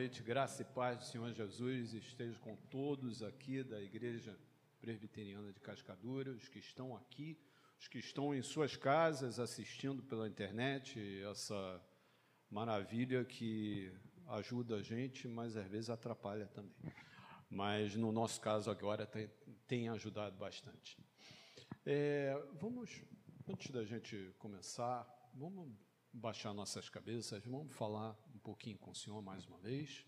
noite, graça e paz do Senhor Jesus esteja com todos aqui da Igreja Presbiteriana de Cascadura, os que estão aqui, os que estão em suas casas assistindo pela internet, essa maravilha que ajuda a gente, mas às vezes atrapalha também. Mas no nosso caso agora tem ajudado bastante. Antes da gente começar, vamos baixar nossas cabeças, vamos falar um pouquinho com o Senhor mais uma vez.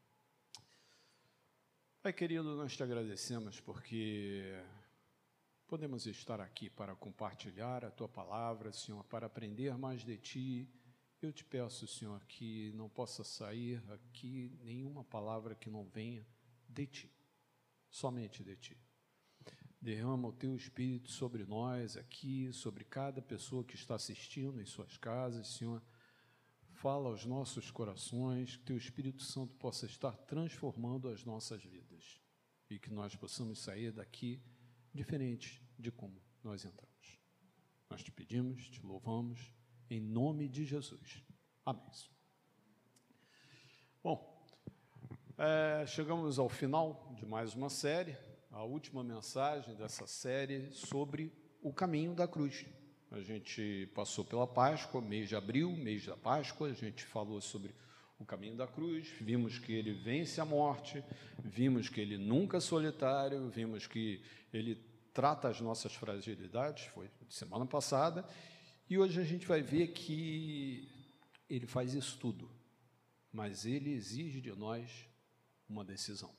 Pai querido, nós te agradecemos porque podemos estar aqui para compartilhar a Tua palavra, Senhor, para aprender mais de Ti. Eu te peço, Senhor, que não possa sair aqui nenhuma palavra que não venha de Ti, somente de Ti. Derrama o Teu Espírito sobre nós aqui, sobre cada pessoa que está assistindo em suas casas, Senhor. Fala aos nossos corações, que Teu Espírito Santo possa estar transformando as nossas vidas e que nós possamos sair daqui diferente de como nós entramos. Nós te pedimos, te louvamos, em nome de Jesus. Amém. Bom, chegamos ao final de mais uma série, a última mensagem dessa série sobre o caminho da cruz. A gente passou pela Páscoa, mês de abril, mês da Páscoa, a gente falou sobre o caminho da cruz, vimos que ele vence a morte, vimos que ele nunca é solitário, vimos que ele trata as nossas fragilidades, foi semana passada, e hoje a gente vai ver que ele faz isso tudo, mas ele exige de nós uma decisão.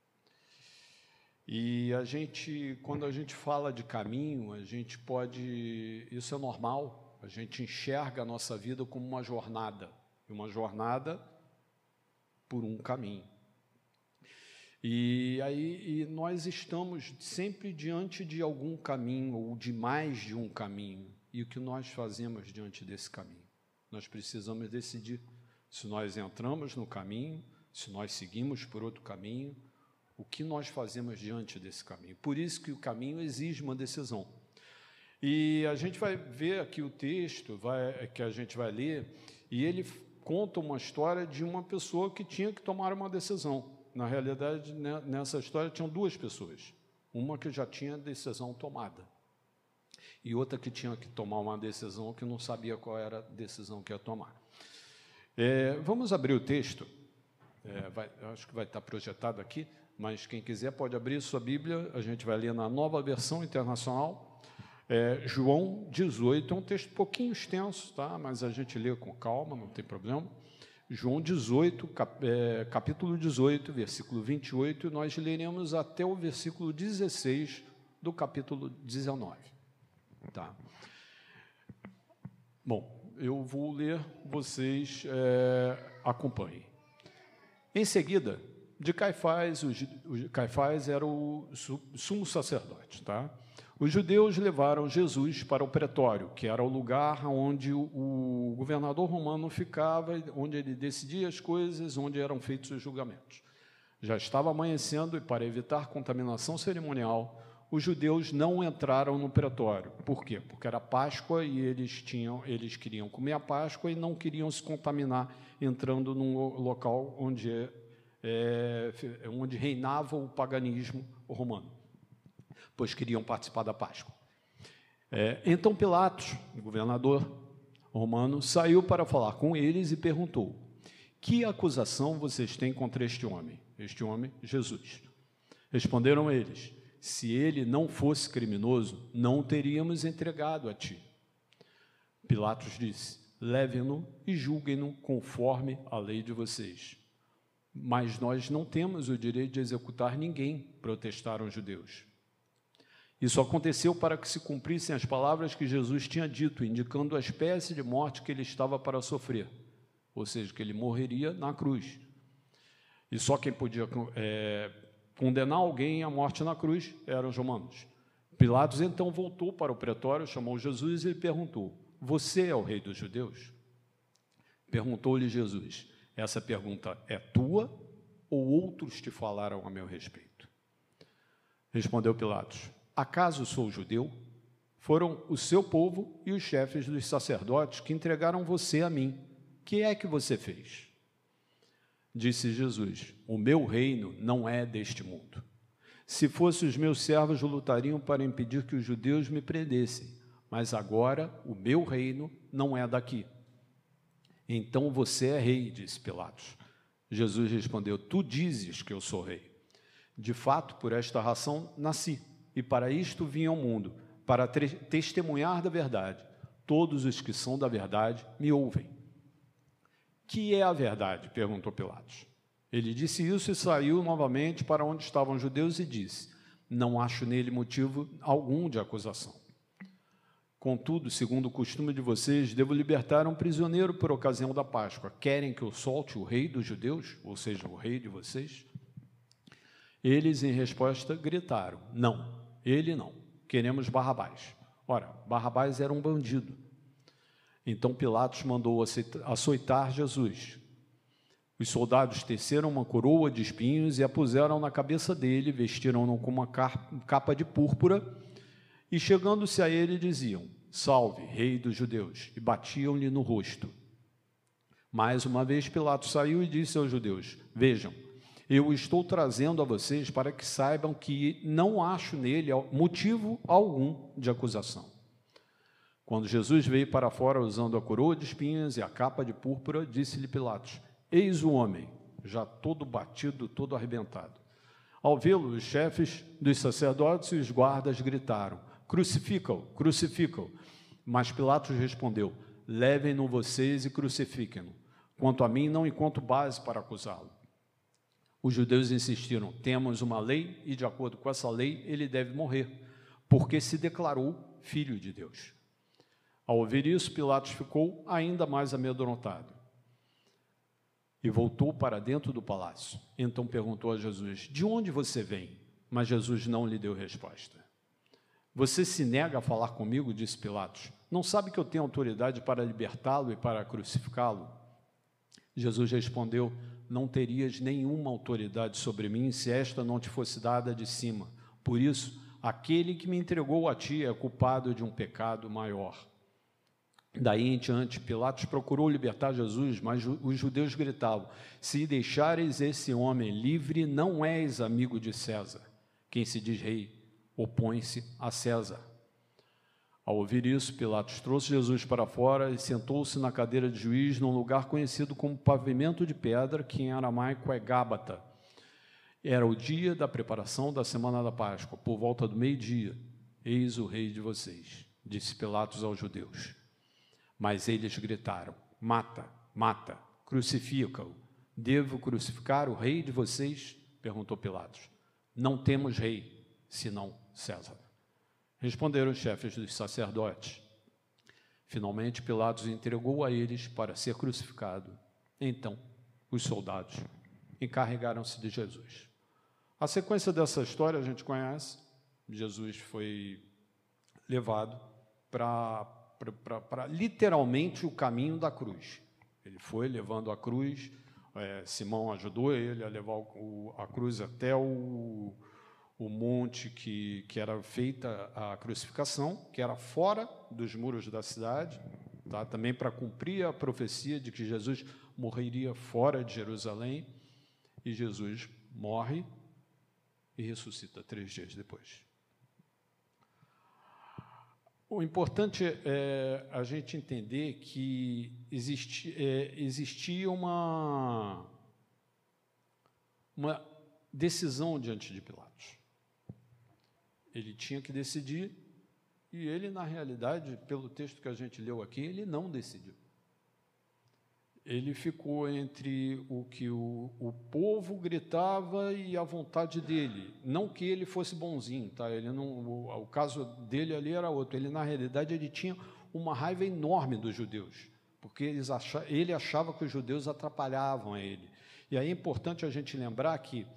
E quando a gente fala de caminho, isso é normal, a gente enxerga a nossa vida como uma jornada por um caminho. E nós estamos sempre diante de algum caminho, ou de mais de um caminho, e o que nós fazemos diante desse caminho? Nós precisamos decidir se nós entramos no caminho, se nós seguimos por outro caminho, o que nós fazemos diante desse caminho. Por isso que o caminho exige uma decisão. E a gente vai ver aqui o texto que a gente vai ler, e ele conta uma história de uma pessoa que tinha que tomar uma decisão. Na realidade, nessa história, tinham duas pessoas. Uma que já tinha a decisão tomada, e outra que tinha que tomar uma decisão que não sabia qual era a decisão que ia tomar. Vamos abrir o texto. Acho que vai estar projetado aqui, mas quem quiser pode abrir sua Bíblia, a gente vai ler na Nova Versão Internacional, João 18, é um texto um pouquinho extenso, tá? Mas a gente lê com calma, não tem problema. João 18, capítulo 18, versículo 28, e nós leremos até o versículo 16 do capítulo 19. Tá? Bom, eu vou ler, vocês acompanhem. Em seguida, de Caifás, Caifás era o sumo sacerdote, tá? Os judeus levaram Jesus para o pretório, que era o lugar onde o governador romano ficava, onde ele decidia as coisas, onde eram feitos os julgamentos. Já estava amanhecendo e, para evitar contaminação cerimonial, os judeus não entraram no pretório. Por quê? Porque era Páscoa e eles queriam comer a Páscoa e não queriam se contaminar entrando num local onde reinava o paganismo romano, pois queriam participar da Páscoa. Então Pilatos, o governador romano, saiu para falar com eles e perguntou: que acusação vocês têm contra este homem? Este homem, Jesus. Responderam eles: se ele não fosse criminoso, não o teríamos entregado a ti. Pilatos disse: levem-no e julguem-no conforme a lei de vocês. Mas nós não temos o direito de executar ninguém, protestaram os judeus. Isso aconteceu para que se cumprissem as palavras que Jesus tinha dito, indicando a espécie de morte que ele estava para sofrer, ou seja, que ele morreria na cruz. E só quem podia condenar alguém à morte na cruz eram os romanos. Pilatos então voltou para o pretório, chamou Jesus e lhe perguntou: você é o rei dos judeus? Perguntou-lhe Jesus: essa pergunta é tua ou outros te falaram a meu respeito? Respondeu Pilatos: acaso sou judeu? Foram o seu povo e os chefes dos sacerdotes que entregaram você a mim. Que é que você fez? Disse Jesus: o meu reino não é deste mundo. Se fosse, os meus servos lutariam para impedir que os judeus me prendessem, mas agora o meu reino não é daqui. Então você é rei, disse Pilatos. Jesus respondeu: tu dizes que eu sou rei. De fato, por esta razão nasci, e para isto vim ao mundo, para testemunhar da verdade. Todos os que são da verdade me ouvem. Que é a verdade? Perguntou Pilatos. Ele disse isso e saiu novamente para onde estavam os judeus e disse: não acho nele motivo algum de acusação. Contudo, segundo o costume de vocês, devo libertar um prisioneiro por ocasião da Páscoa. Querem que eu solte o rei dos judeus, ou seja, o rei de vocês? Eles, em resposta, gritaram: não, ele não, queremos Barrabás. Ora, Barrabás era um bandido. Então Pilatos mandou açoitar Jesus. Os soldados teceram uma coroa de espinhos e a puseram na cabeça dele, vestiram-no com uma capa de púrpura e, chegando-se a ele, diziam: salve, rei dos judeus, e batiam-lhe no rosto. Mais uma vez Pilatos saiu e disse aos judeus: vejam, eu estou trazendo a vocês para que saibam que não acho nele motivo algum de acusação. Quando Jesus veio para fora usando a coroa de espinhos e a capa de púrpura, disse-lhe Pilatos: eis o homem, já todo batido, todo arrebentado. Ao vê-lo, os chefes dos sacerdotes e os guardas gritaram: crucifica-o, crucifica-o. Mas Pilatos respondeu: levem-no vocês e crucifiquem-no. Quanto a mim, não encontro base para acusá-lo. Os judeus insistiram: temos uma lei e, de acordo com essa lei, ele deve morrer, porque se declarou filho de Deus. Ao ouvir isso, Pilatos ficou ainda mais amedrontado e voltou para dentro do palácio. Então perguntou a Jesus: de onde você vem? Mas Jesus não lhe deu resposta. Você se nega a falar comigo? Disse Pilatos. Não sabe que eu tenho autoridade para libertá-lo e para crucificá-lo? Jesus respondeu: não terias nenhuma autoridade sobre mim se esta não te fosse dada de cima. Por isso, aquele que me entregou a ti é culpado de um pecado maior. Daí em diante, Pilatos procurou libertar Jesus, mas os judeus gritavam: se deixares esse homem livre, não és amigo de César. Quem se diz rei opõe-se a César. Ao ouvir isso, Pilatos trouxe Jesus para fora e sentou-se na cadeira de juiz num lugar conhecido como pavimento de pedra, que em aramaico é Gábata. Era o dia da preparação da semana da Páscoa, por volta do meio-dia. Eis o rei de vocês, disse Pilatos aos judeus. Mas eles gritaram: mata, mata, crucifica-o. Devo crucificar o rei de vocês? Perguntou Pilatos. Não temos rei, senão César. Responderam os chefes dos sacerdotes. Finalmente, Pilatos entregou a eles para ser crucificado. Então, os soldados encarregaram-se de Jesus. A sequência dessa história a gente conhece. Jesus foi levado para literalmente o caminho da cruz. Ele foi levando a cruz, Simão ajudou ele a levar a cruz até o monte que era feita a crucificação, que era fora dos muros da cidade, tá? Também para cumprir a profecia de que Jesus morreria fora de Jerusalém, e Jesus morre e ressuscita 3 dias depois. O importante é a gente entender que existia uma decisão diante de Pilatos. Ele tinha que decidir, e ele, na realidade, pelo texto que a gente leu aqui, ele não decidiu. Ele ficou entre o que o povo gritava e a vontade dele. Não que ele fosse bonzinho, tá? Ele não, o caso dele ali era outro. Ele, na realidade, ele tinha uma raiva enorme dos judeus, porque ele achava que os judeus atrapalhavam a ele. E aí é importante a gente lembrar que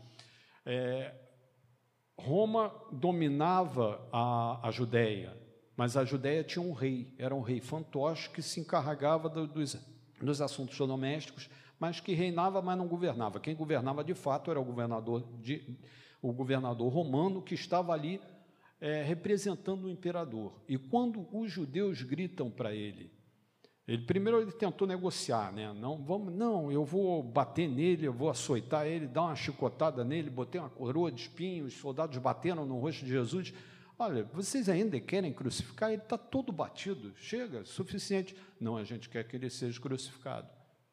Roma dominava a Judéia, mas a Judéia tinha um rei, era um rei fantoche que se encarregava dos assuntos domésticos, mas que reinava, mas não governava. Quem governava de fato era o governador romano, que estava ali representando o imperador. E quando os judeus gritam para ele, Primeiro ele tentou negociar, né? Não, eu vou bater nele, eu vou açoitar ele, dar uma chicotada nele, botei uma coroa de espinhos, os soldados bateram no rosto de Jesus. Olha, vocês ainda querem crucificar? Ele está todo batido, chega, suficiente. Não, a gente quer que ele seja crucificado.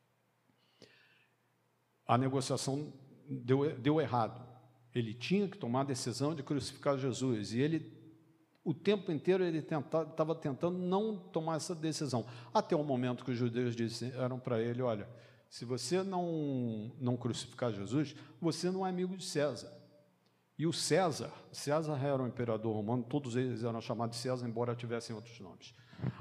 A negociação deu errado. Ele tinha que tomar a decisão de crucificar Jesus, e ele, o tempo inteiro, ele estava tentando não tomar essa decisão, até o momento que os judeus disseram para ele: olha, se você não crucificar Jesus, você não é amigo de César. E o César era o imperador romano, todos eles eram chamados de César, embora tivessem outros nomes.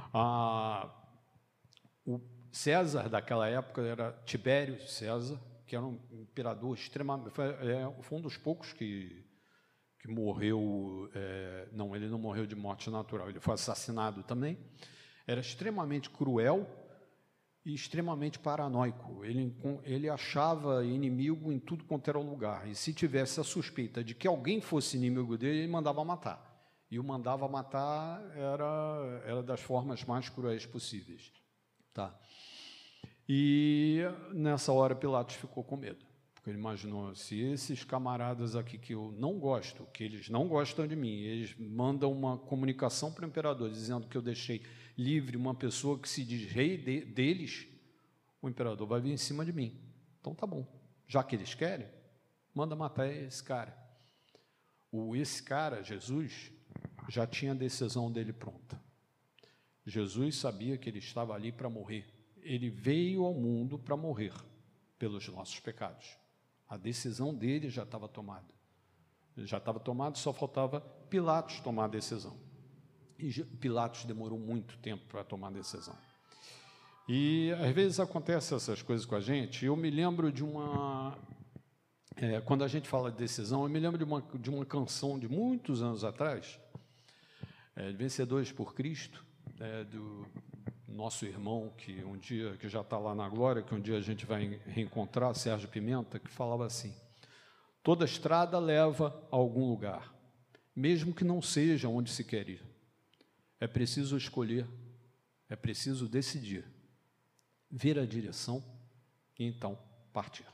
O César daquela época era Tibério César, que era um imperador extremamente... Foi um dos poucos que morreu... ele não morreu de morte natural, ele foi assassinado também. Era extremamente cruel e extremamente paranoico. Ele achava inimigo em tudo quanto era lugar, e se tivesse a suspeita de que alguém fosse inimigo dele, ele mandava matar. E o mandava matar era das formas mais cruéis possíveis. Tá? E, nessa hora, Pilatos ficou com medo, porque ele imaginou: se esses camaradas aqui que eu não gosto, que eles não gostam de mim, eles mandam uma comunicação para o imperador dizendo que eu deixei livre uma pessoa que se diz rei deles, o imperador vai vir em cima de mim. Então tá bom, já que eles querem, manda matar esse cara. Esse cara, Jesus, já tinha a decisão dele pronta. Jesus sabia que ele estava ali para morrer. Ele veio ao mundo para morrer pelos nossos pecados. A decisão dele já estava tomada. Já estava tomada, só faltava Pilatos tomar a decisão. E Pilatos demorou muito tempo para tomar a decisão. E, às vezes, acontecem essas coisas com a gente. Eu me lembro de uma... quando a gente fala de decisão, eu me lembro de uma canção de muitos anos atrás, Vencedores por Cristo, do nosso irmão, que já está lá na glória, que um dia a gente vai reencontrar, Sérgio Pimenta, que falava assim: toda estrada leva a algum lugar, mesmo que não seja onde se quer ir. É preciso escolher, é preciso decidir, ver a direção e então partir.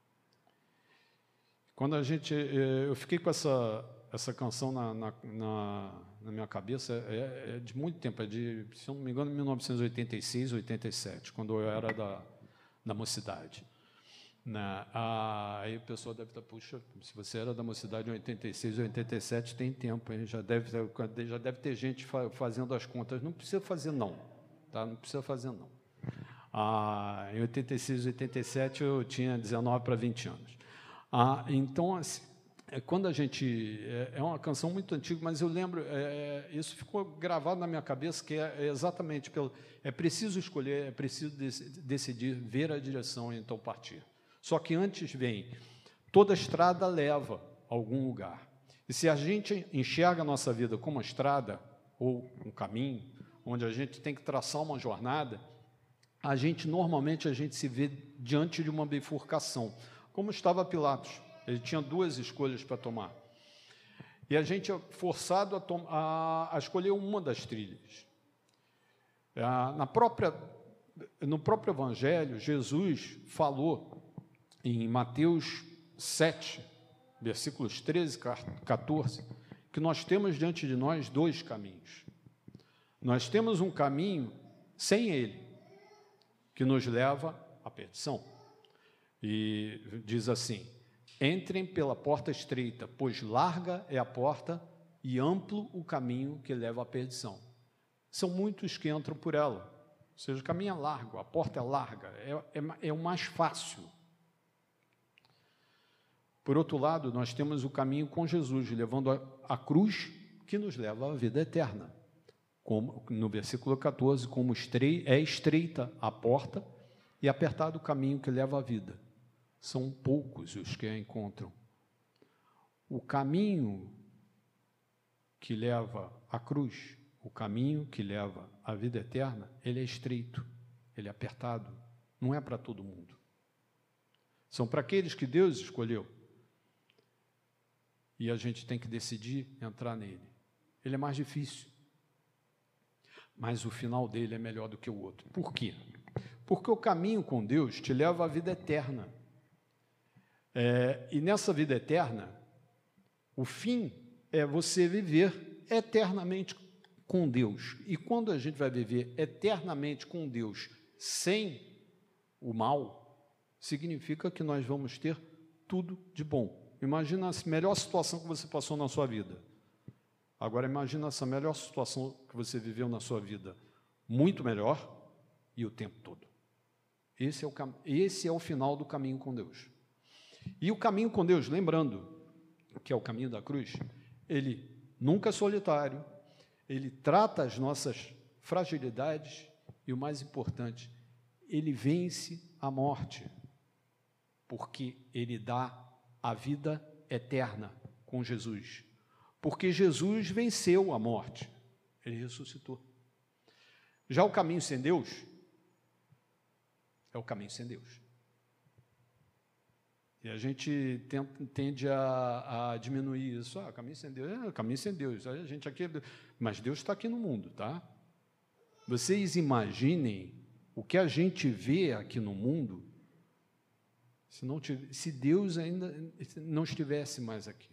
Quando eu fiquei com essa canção na minha cabeça, de muito tempo, se não me engano, 1986, 87, quando eu era da Mocidade. Aí o pessoal deve estar: puxa, se você era da Mocidade em 86, 87, tem tempo, hein? Já deve ter gente fazendo as contas. Não precisa fazer, não. Tá? Não precisa fazer, não. Em 86, 87, eu tinha 19 para 20 anos. Então, assim, quando a gente... É uma canção muito antiga, mas eu lembro... isso ficou gravado na minha cabeça, que é exatamente pelo... É preciso escolher, é preciso decidir, ver a direção e então partir. Só que antes vem: toda estrada leva a algum lugar. E se a gente enxerga a nossa vida como uma estrada, ou um caminho, onde a gente tem que traçar uma jornada, normalmente a gente se vê diante de uma bifurcação, como estava Pilatos. Ele tinha duas escolhas para tomar. E a gente é forçado a escolher uma das trilhas. No próprio Evangelho, Jesus falou em Mateus 7, versículos 13 e 14, que nós temos diante de nós dois caminhos. Nós temos um caminho sem ele, que nos leva à perdição. E diz assim: entrem pela porta estreita, pois larga é a porta e amplo o caminho que leva à perdição. São muitos que entram por ela. Ou seja, o caminho é largo, a porta é larga, é o mais fácil. Por outro lado, nós temos o caminho com Jesus, levando a cruz, que nos leva à vida eterna. Como, no versículo 14, como é estreita a porta e apertado o caminho que leva à vida. São poucos os que a encontram. O caminho que leva à cruz, o caminho que leva à vida eterna, ele é estreito, ele é apertado, não é para todo mundo. São para aqueles que Deus escolheu. E a gente tem que decidir entrar nele. Ele é mais difícil. mas o final dele é melhor do que o outro. Por quê? Porque o caminho com Deus te leva à vida eterna. E nessa vida eterna, o fim é você viver eternamente com Deus. E quando a gente vai viver eternamente com Deus sem o mal, significa que nós vamos ter tudo de bom. Imagina a melhor situação que você passou na sua vida. Agora imagina essa melhor situação que você viveu na sua vida, muito melhor e o tempo todo. Esse é o final do caminho com Deus. E o caminho com Deus, lembrando que é o caminho da cruz, ele nunca é solitário, ele trata as nossas fragilidades e, o mais importante, ele vence a morte, porque ele dá a vida eterna com Jesus. Porque Jesus venceu a morte, ele ressuscitou. Já o caminho sem Deus é o caminho sem Deus. E a gente tende a diminuir isso. Caminho sem Deus, caminho sem Deus. A gente aqui, mas Deus está aqui no mundo, tá? Vocês imaginem o que a gente vê aqui no mundo se Deus ainda não estivesse mais aqui.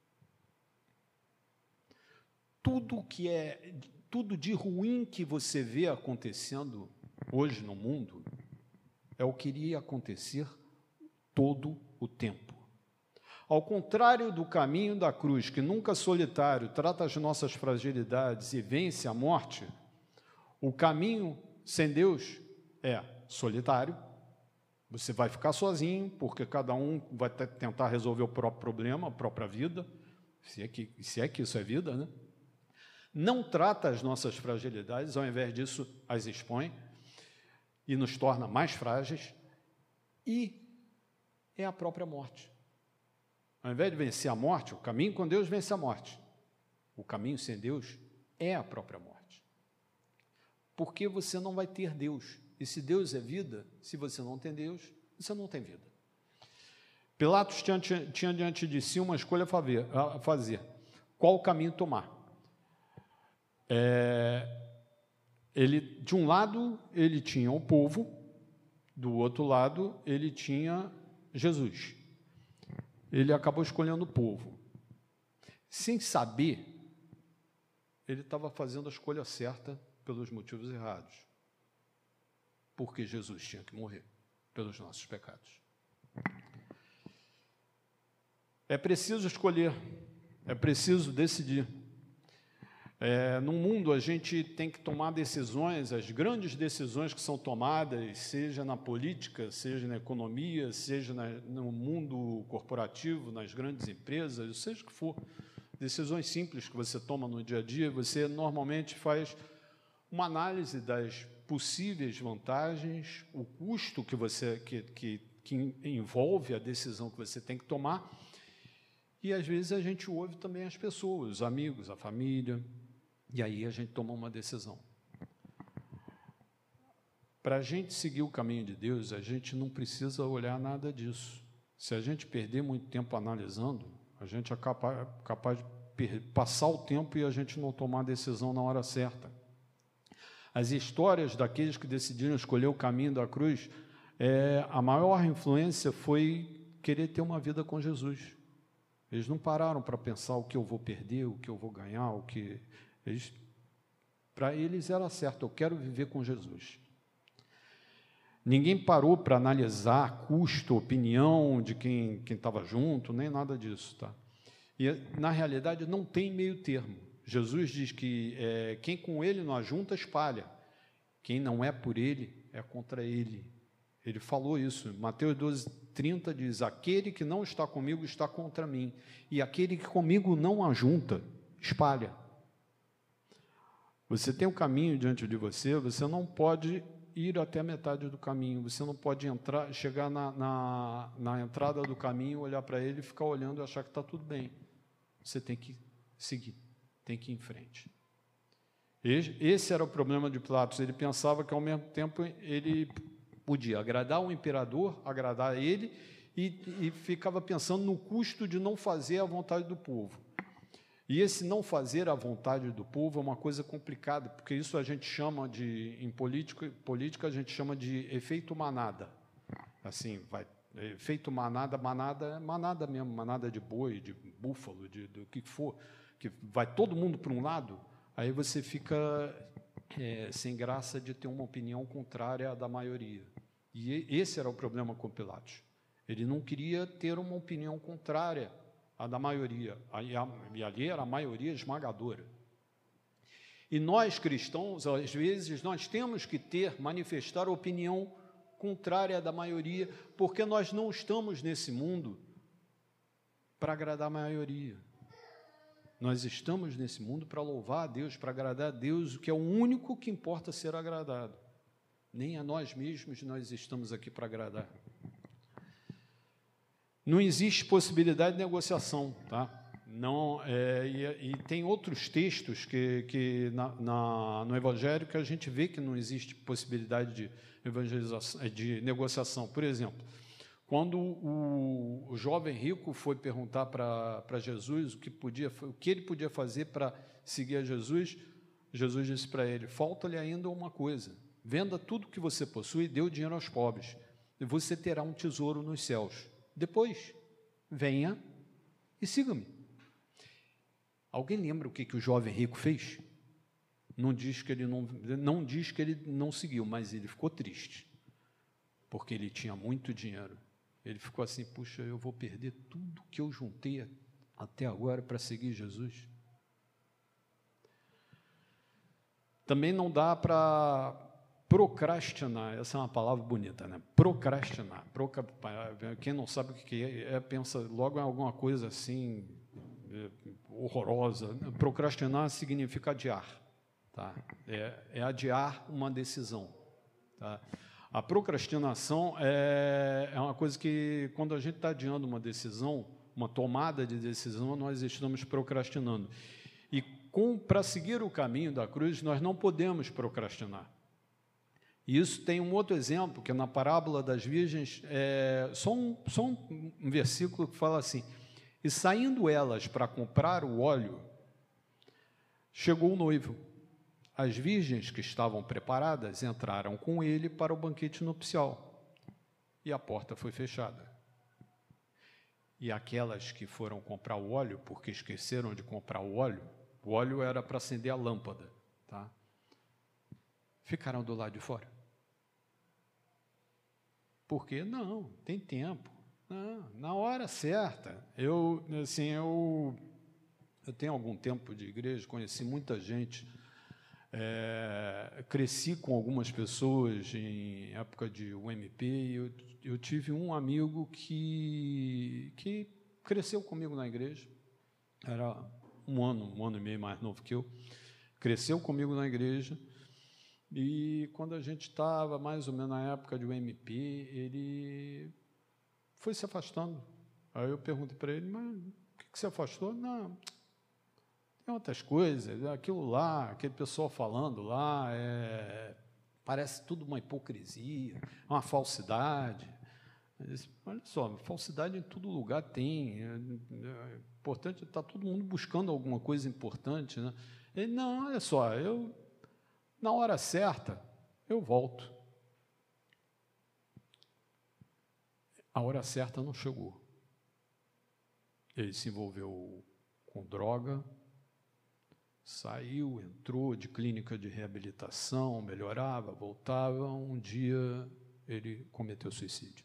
Tudo de ruim que você vê acontecendo hoje no mundo é o que iria acontecer todo o tempo. Ao contrário do caminho da cruz, que nunca é solitário, trata as nossas fragilidades e vence a morte, o caminho sem Deus é solitário. Você vai ficar sozinho, porque cada um vai tentar resolver o próprio problema, a própria vida, se é que isso é vida, né? Não trata as nossas fragilidades, ao invés disso, as expõe e nos torna mais frágeis, e é a própria morte. Ao invés de vencer a morte, o caminho com Deus vence a morte. O caminho sem Deus é a própria morte. Porque você não vai ter Deus. E se Deus é vida, se você não tem Deus, você não tem vida. Pilatos tinha diante de si uma escolha a fazer. Qual caminho tomar? De um lado, ele tinha o povo, do outro lado, ele tinha Jesus. Ele acabou escolhendo o povo. Sem saber, ele estava fazendo a escolha certa pelos motivos errados. Porque Jesus tinha que morrer pelos nossos pecados. É preciso escolher, é preciso decidir. No mundo, a gente tem que tomar decisões, as grandes decisões que são tomadas, seja na política, seja na economia, seja no mundo corporativo, nas grandes empresas, seja o que for, decisões simples que você toma no dia a dia, você normalmente faz uma análise das possíveis vantagens, o custo que envolve a decisão que você tem que tomar, e às vezes a gente ouve também as pessoas, os amigos, a família, e aí a gente toma uma decisão. Para a gente seguir o caminho de Deus, a gente não precisa olhar nada disso. Se a gente perder muito tempo analisando, a gente é capaz de passar o tempo e a gente não tomar a decisão na hora certa. As histórias daqueles que decidiram escolher o caminho da cruz, a maior influência foi querer ter uma vida com Jesus. Eles não pararam para pensar o que eu vou perder, o que eu vou ganhar, para eles era certo, eu quero viver com Jesus. Ninguém parou para analisar custo, opinião de quem estava junto, nem nada disso, tá? E, na realidade, não tem meio termo. Jesus diz que quem com ele não ajunta, espalha. Quem não é por ele, é contra ele. Ele falou isso. Mateus 12:30 diz, aquele que não está comigo está contra mim. E aquele que comigo não ajunta, espalha. Você tem um caminho diante de você, você não pode ir até a metade do caminho, você não pode chegar na entrada do caminho, olhar para ele, ficar olhando e achar que está tudo bem. Você tem que seguir, tem que ir em frente. Esse era o problema de Pilatos, ele pensava que ao mesmo tempo ele podia agradar o imperador, agradar ele, e ficava pensando no custo de não fazer a vontade do povo. E esse não fazer a vontade do povo é uma coisa complicada, porque isso a gente chama de, em política a gente chama de efeito manada. Assim, efeito manada, manada mesmo, manada de boi, de búfalo, do que for, que vai todo mundo para um lado, aí você fica sem graça de ter uma opinião contrária à da maioria. E esse era o problema com Pilatos. Ele não queria ter uma opinião contrária à da maioria, e ali era a maioria esmagadora. E nós, cristãos, às vezes, nós temos que manifestar opinião contrária à da maioria, porque nós não estamos nesse mundo para agradar a maioria. Nós estamos nesse mundo para louvar a Deus, para agradar a Deus, o que é o único que importa ser agradado. Nem a nós mesmos nós estamos aqui para agradar. Não existe possibilidade de negociação, tá? Não, e tem outros textos que no Evangelho que a gente vê que não existe possibilidade de evangelização, de negociação. Por exemplo, quando o jovem rico foi perguntar para Jesus o que ele podia fazer para seguir a Jesus, Jesus disse para ele: falta-lhe ainda uma coisa, venda tudo que você possui e dê o dinheiro aos pobres, e você terá um tesouro nos céus. Depois, venha e siga-me. Alguém lembra o que o jovem rico fez? Não diz que ele não seguiu, mas ele ficou triste, porque ele tinha muito dinheiro. Ele ficou assim: puxa, eu vou perder tudo que eu juntei até agora para seguir Jesus. Também não dá para procrastinar, essa é uma palavra bonita, né? Procrastinar. Quem não sabe o que pensa logo em alguma coisa assim, horrorosa. Procrastinar significa adiar, tá? É adiar uma decisão, tá? A procrastinação é uma coisa que, quando a gente está adiando uma decisão, uma tomada de decisão, nós estamos procrastinando. E para seguir o caminho da cruz, nós não podemos procrastinar. E isso tem um outro exemplo, que é na parábola das virgens, só um versículo que fala assim: e saindo elas para comprar o óleo, chegou o noivo. As virgens que estavam preparadas entraram com ele para o banquete nupcial, e a porta foi fechada. E aquelas que foram comprar o óleo, porque esqueceram de comprar o óleo era para acender a lâmpada, tá? Ficaram do lado de fora. Por quê? Não, tem tempo. Não, na hora certa. Eu tenho algum tempo de igreja, conheci muita gente, cresci com algumas pessoas em época de UMP, e eu tive um amigo que cresceu comigo na igreja, era um ano e meio mais novo que eu, cresceu comigo na igreja. E quando a gente estava mais ou menos na época de UMP, ele foi se afastando. Aí eu perguntei para ele: mas por que você afastou? Não, tem outras coisas, aquilo lá, aquele pessoal falando lá, parece tudo uma hipocrisia, uma falsidade. Eu disse: olha só, falsidade em todo lugar tem, é importante, está todo mundo buscando alguma coisa importante, né? Ele: não, olha só, na hora certa, eu volto. A hora certa não chegou. Ele se envolveu com droga, saiu, entrou de clínica de reabilitação, melhorava, voltava. Um dia ele cometeu suicídio.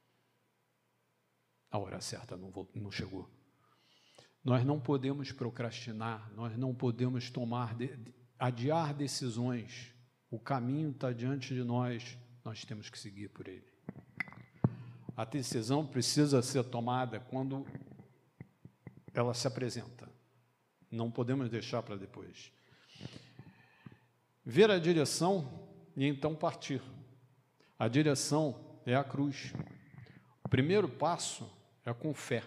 A hora certa não chegou. Nós não podemos procrastinar, nós não podemos adiar decisões. O caminho está diante de nós, nós temos que seguir por ele. A decisão precisa ser tomada quando ela se apresenta. Não podemos deixar para depois. Ver a direção e então partir. A direção é a cruz. O primeiro passo é com fé.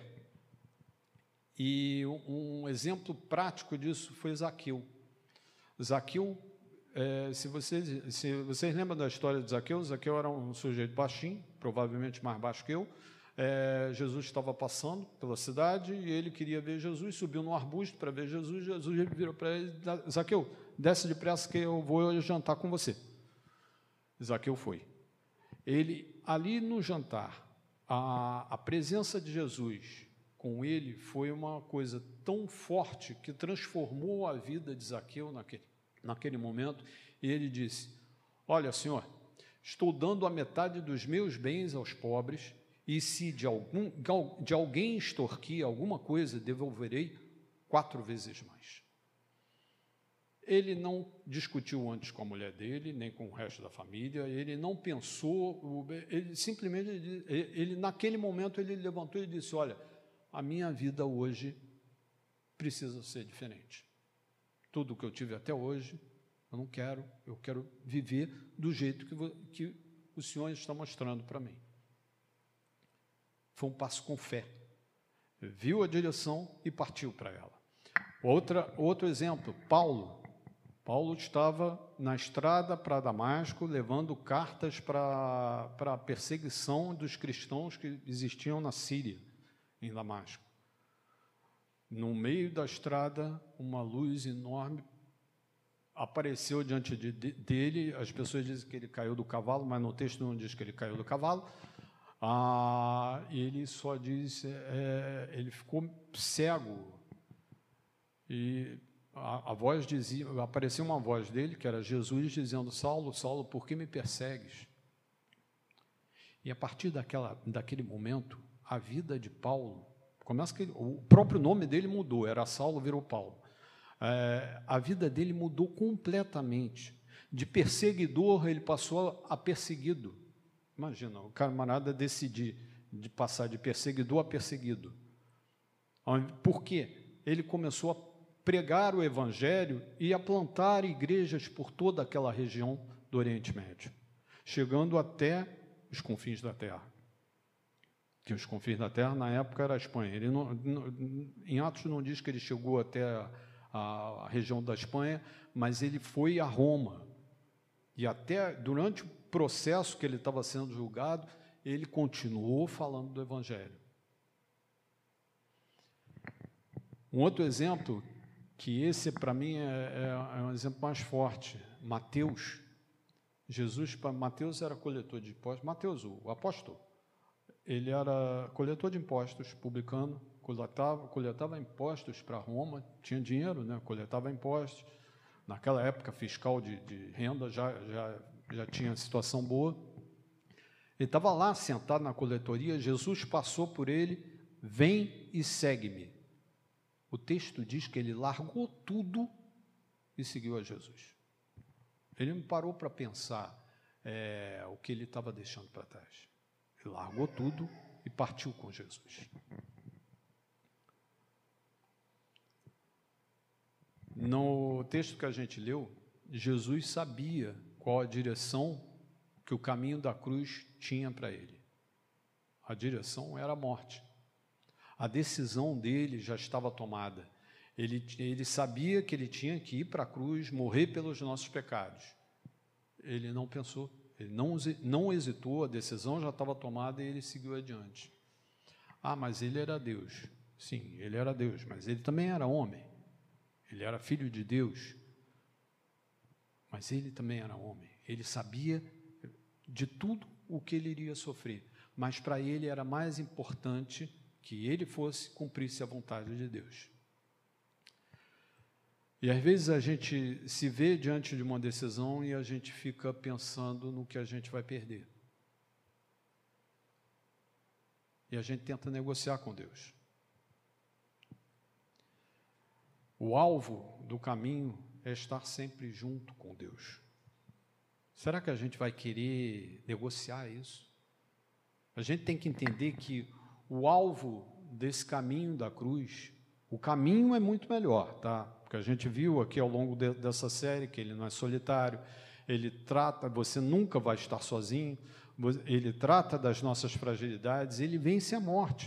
E um exemplo prático disso foi Zaqueu. Zaqueu, se vocês lembram da história de Zaqueu, Zaqueu era um sujeito baixinho, provavelmente mais baixo que eu, Jesus estava passando pela cidade e ele queria ver Jesus, subiu num arbusto para ver Jesus. Jesus virou para ele: Zaqueu, desce depressa que eu vou jantar com você. Zaqueu foi. Ele, ali no jantar, a presença de Jesus com ele foi uma coisa tão forte que transformou a vida de Zaqueu naquele momento. E ele disse: olha, Senhor, estou dando a metade dos meus bens aos pobres, e se de alguém extorquir alguma coisa, devolverei 4 vezes mais. Ele não discutiu antes com a mulher dele, nem com o resto da família, ele não pensou, ele simplesmente, naquele momento, ele levantou e disse: olha, a minha vida hoje precisa ser diferente. Tudo o que eu tive até hoje, eu quero viver do jeito que o Senhor está mostrando para mim. Foi um passo com fé. Viu a direção e partiu para ela. Outro exemplo, Paulo. Paulo estava na estrada para Damasco, levando cartas para a perseguição dos cristãos que existiam na Síria, em Damasco. No meio da estrada, uma luz enorme apareceu diante dele. As pessoas dizem que ele caiu do cavalo, mas no texto não diz que ele caiu do cavalo. Ele só diz, ele ficou cego. E a voz dizia, apareceu uma voz dele, que era Jesus, dizendo: Saulo, Saulo, por que me persegues? E a partir daquele momento, a vida de Paulo, começa que o próprio nome dele mudou, era Saulo, virou Paulo. A vida dele mudou completamente. De perseguidor, ele passou a perseguido. Imagina, o camarada decidir de passar de perseguidor a perseguido. Por quê? Ele começou a pregar o Evangelho e a plantar igrejas por toda aquela região do Oriente Médio, chegando até os confins da terra. Que os confins da terra, na época, era a Espanha. Ele em Atos não diz que ele chegou até a região da Espanha, mas ele foi a Roma. E até durante o processo que ele estava sendo julgado, ele continuou falando do Evangelho. Um outro exemplo, que esse para mim é um exemplo mais forte, Mateus. Mateus era coletor de impostos. Mateus, o apóstolo, ele era coletor de impostos, publicano, coletava impostos para Roma, tinha dinheiro, né? Coletava impostos. Naquela época, fiscal de renda já tinha situação boa. Ele estava lá sentado na coletoria, Jesus passou por ele: vem e segue-me. O texto diz que ele largou tudo e seguiu a Jesus. Ele não parou para pensar o que ele estava deixando para trás. Ele largou tudo e partiu com Jesus. No texto que a gente leu, Jesus sabia qual a direção que o caminho da cruz tinha para ele. A direção era a morte. A decisão dele já estava tomada. Ele sabia que ele tinha que ir para a cruz, morrer pelos nossos pecados. Ele não pensou, ele não hesitou, a decisão já estava tomada e ele seguiu adiante. Mas ele era Deus. Sim, ele era Deus, mas ele também era homem. Ele era filho de Deus, mas ele também era homem. Ele sabia de tudo o que ele iria sofrer, mas para ele era mais importante que ele cumprisse a vontade de Deus. E às vezes a gente se vê diante de uma decisão e a gente fica pensando no que a gente vai perder. E a gente tenta negociar com Deus. O alvo do caminho é estar sempre junto com Deus. Será que a gente vai querer negociar isso? A gente tem que entender que o alvo desse caminho da cruz, o caminho é muito melhor, tá? Porque a gente viu aqui ao longo dessa série que ele não é solitário, ele trata, você nunca vai estar sozinho, ele trata das nossas fragilidades, ele vence a morte.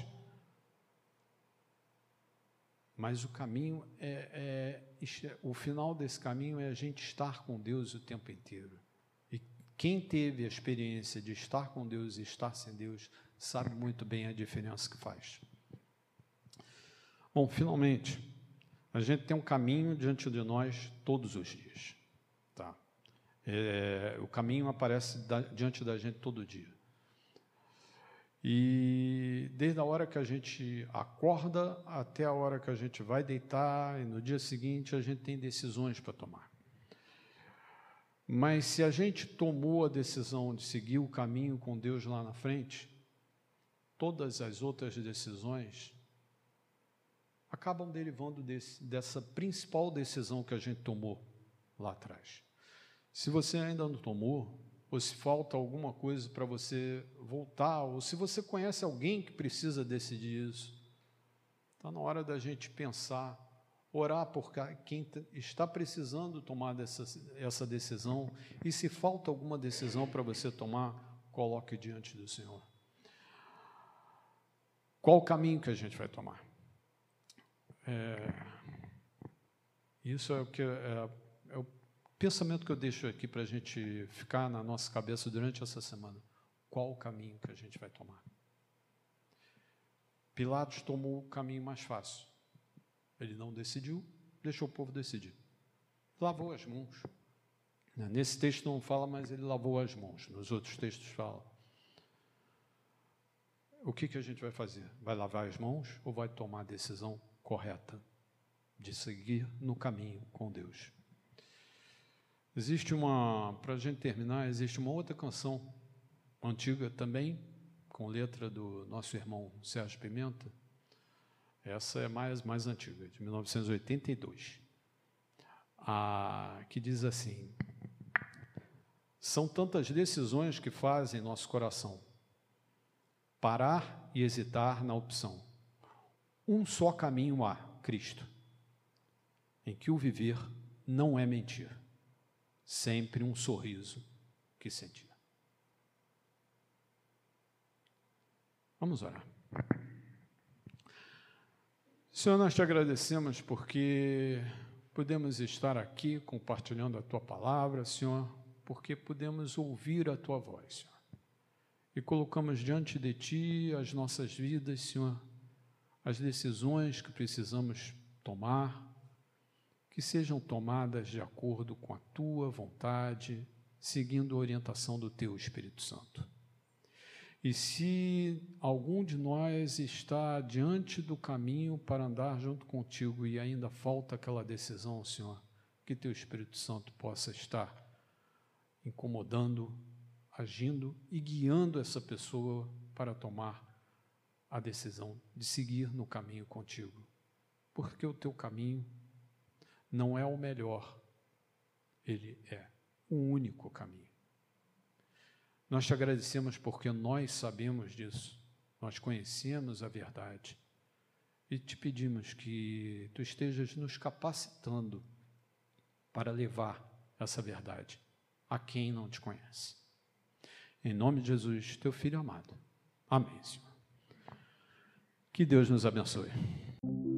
Mas o caminho o final desse caminho é a gente estar com Deus o tempo inteiro. E quem teve a experiência de estar com Deus e estar sem Deus, sabe muito bem a diferença que faz. Bom, finalmente, a gente tem um caminho diante de nós todos os dias. Tá? O caminho aparece diante da gente todo dia. E desde a hora que a gente acorda até a hora que a gente vai deitar, e no dia seguinte a gente tem decisões para tomar. Mas se a gente tomou a decisão de seguir o caminho com Deus lá na frente, todas as outras decisões acabam derivando dessa principal decisão que a gente tomou lá atrás. Se você ainda não tomou, ou se falta alguma coisa para você voltar, ou se você conhece alguém que precisa decidir isso, está na hora da gente pensar, orar por quem está precisando tomar essa decisão, e se falta alguma decisão para você tomar, coloque diante do Senhor. Qual o caminho que a gente vai tomar? Isso é o pensamento que eu deixo aqui para a gente ficar na nossa cabeça durante essa semana. Qual o caminho que a gente vai tomar? Pilatos tomou o caminho mais fácil. Ele não decidiu, deixou o povo decidir. Lavou as mãos. Nesse texto não fala, mas ele lavou as mãos. Nos outros textos fala. O que a gente vai fazer? Vai lavar as mãos ou vai tomar a decisão correta de seguir no caminho com Deus? Para a gente terminar, existe uma outra canção antiga também, com letra do nosso irmão Sérgio Pimenta. Essa é mais antiga, de 1982, que diz assim: são tantas decisões que fazem nosso coração parar e hesitar na opção. Um só caminho há, Cristo, em que o viver não é mentir, sempre um sorriso que sentir. Vamos orar. Senhor, nós te agradecemos porque podemos estar aqui compartilhando a Tua palavra, Senhor, porque podemos ouvir a Tua voz, Senhor. E colocamos diante de Ti as nossas vidas, Senhor, as decisões que precisamos tomar, que sejam tomadas de acordo com a Tua vontade, seguindo a orientação do Teu Espírito Santo. E se algum de nós está diante do caminho para andar junto contigo e ainda falta aquela decisão, Senhor, que Teu Espírito Santo possa estar incomodando, agindo e guiando essa pessoa para tomar a decisão de seguir no caminho contigo. Porque o Teu caminho não é o melhor, ele é o único caminho. Nós te agradecemos porque nós sabemos disso, nós conhecemos a verdade e te pedimos que Tu estejas nos capacitando para levar essa verdade a quem não Te conhece. Em nome de Jesus, Teu Filho amado. Amém, Senhor. Que Deus nos abençoe.